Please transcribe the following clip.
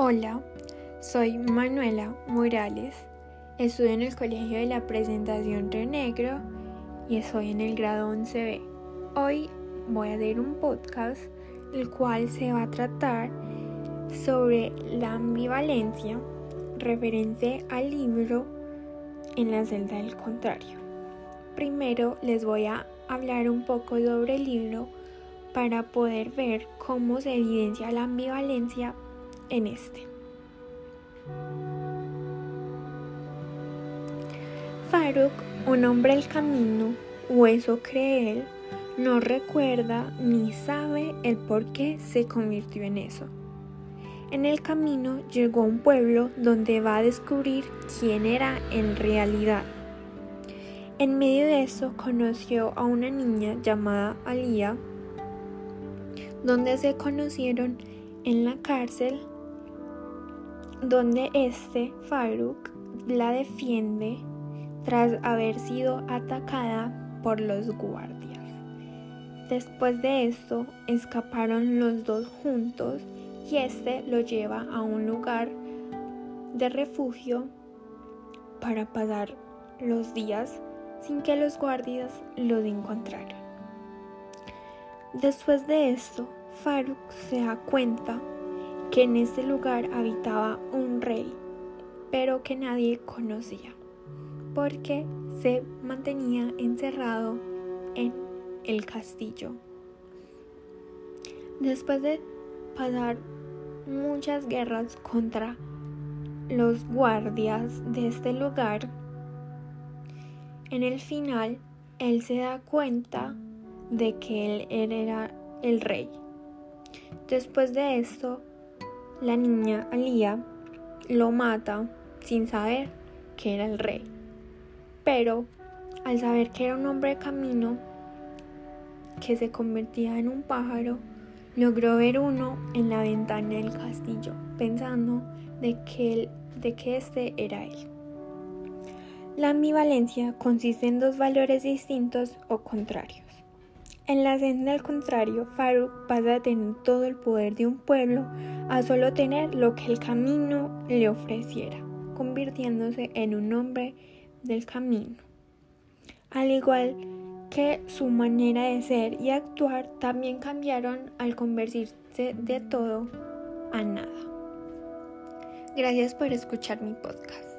Hola, soy Manuela Morales, estudio en el Colegio de la Presentación Río Negro y estoy en el grado 11B. Hoy voy a hacer un podcast el cual se va a tratar sobre la ambivalencia referente al libro En la celda del contrario. Primero les voy a hablar un poco sobre el libro para poder ver cómo se evidencia la ambivalencia en este. Farouk, un hombre del camino, o eso cree él, no recuerda ni sabe el por qué se convirtió en eso. En el camino llegó a un pueblo donde va a descubrir quién era en realidad. En medio de eso conoció a una niña llamada Alía, donde se conocieron en la cárcel, donde Farouk la defiende tras haber sido atacada por los guardias. Después de esto escaparon los dos juntos y lo lleva a un lugar de refugio para pasar los días sin que los guardias los encontraran. Después de esto, Farouk se da cuenta que en este lugar habitaba un rey, pero que nadie conocía, porque se mantenía encerrado en el castillo. Después de pasar muchas guerras contra los guardias de este lugar, en el final él se da cuenta de que él era el rey. Después de esto, la niña Alía lo mata sin saber que era el rey. Pero al saber que era un hombre de camino que se convertía en un pájaro, logró ver uno en la ventana del castillo, pensando de que este era él. La ambivalencia consiste en dos valores distintos o contrarios. En la senda del contrario, Farouk pasa de tener todo el poder de un pueblo a solo tener lo que el camino le ofreciera, convirtiéndose en un hombre del camino. Al igual que su manera de ser y actuar también cambiaron al convertirse de todo a nada. Gracias por escuchar mi podcast.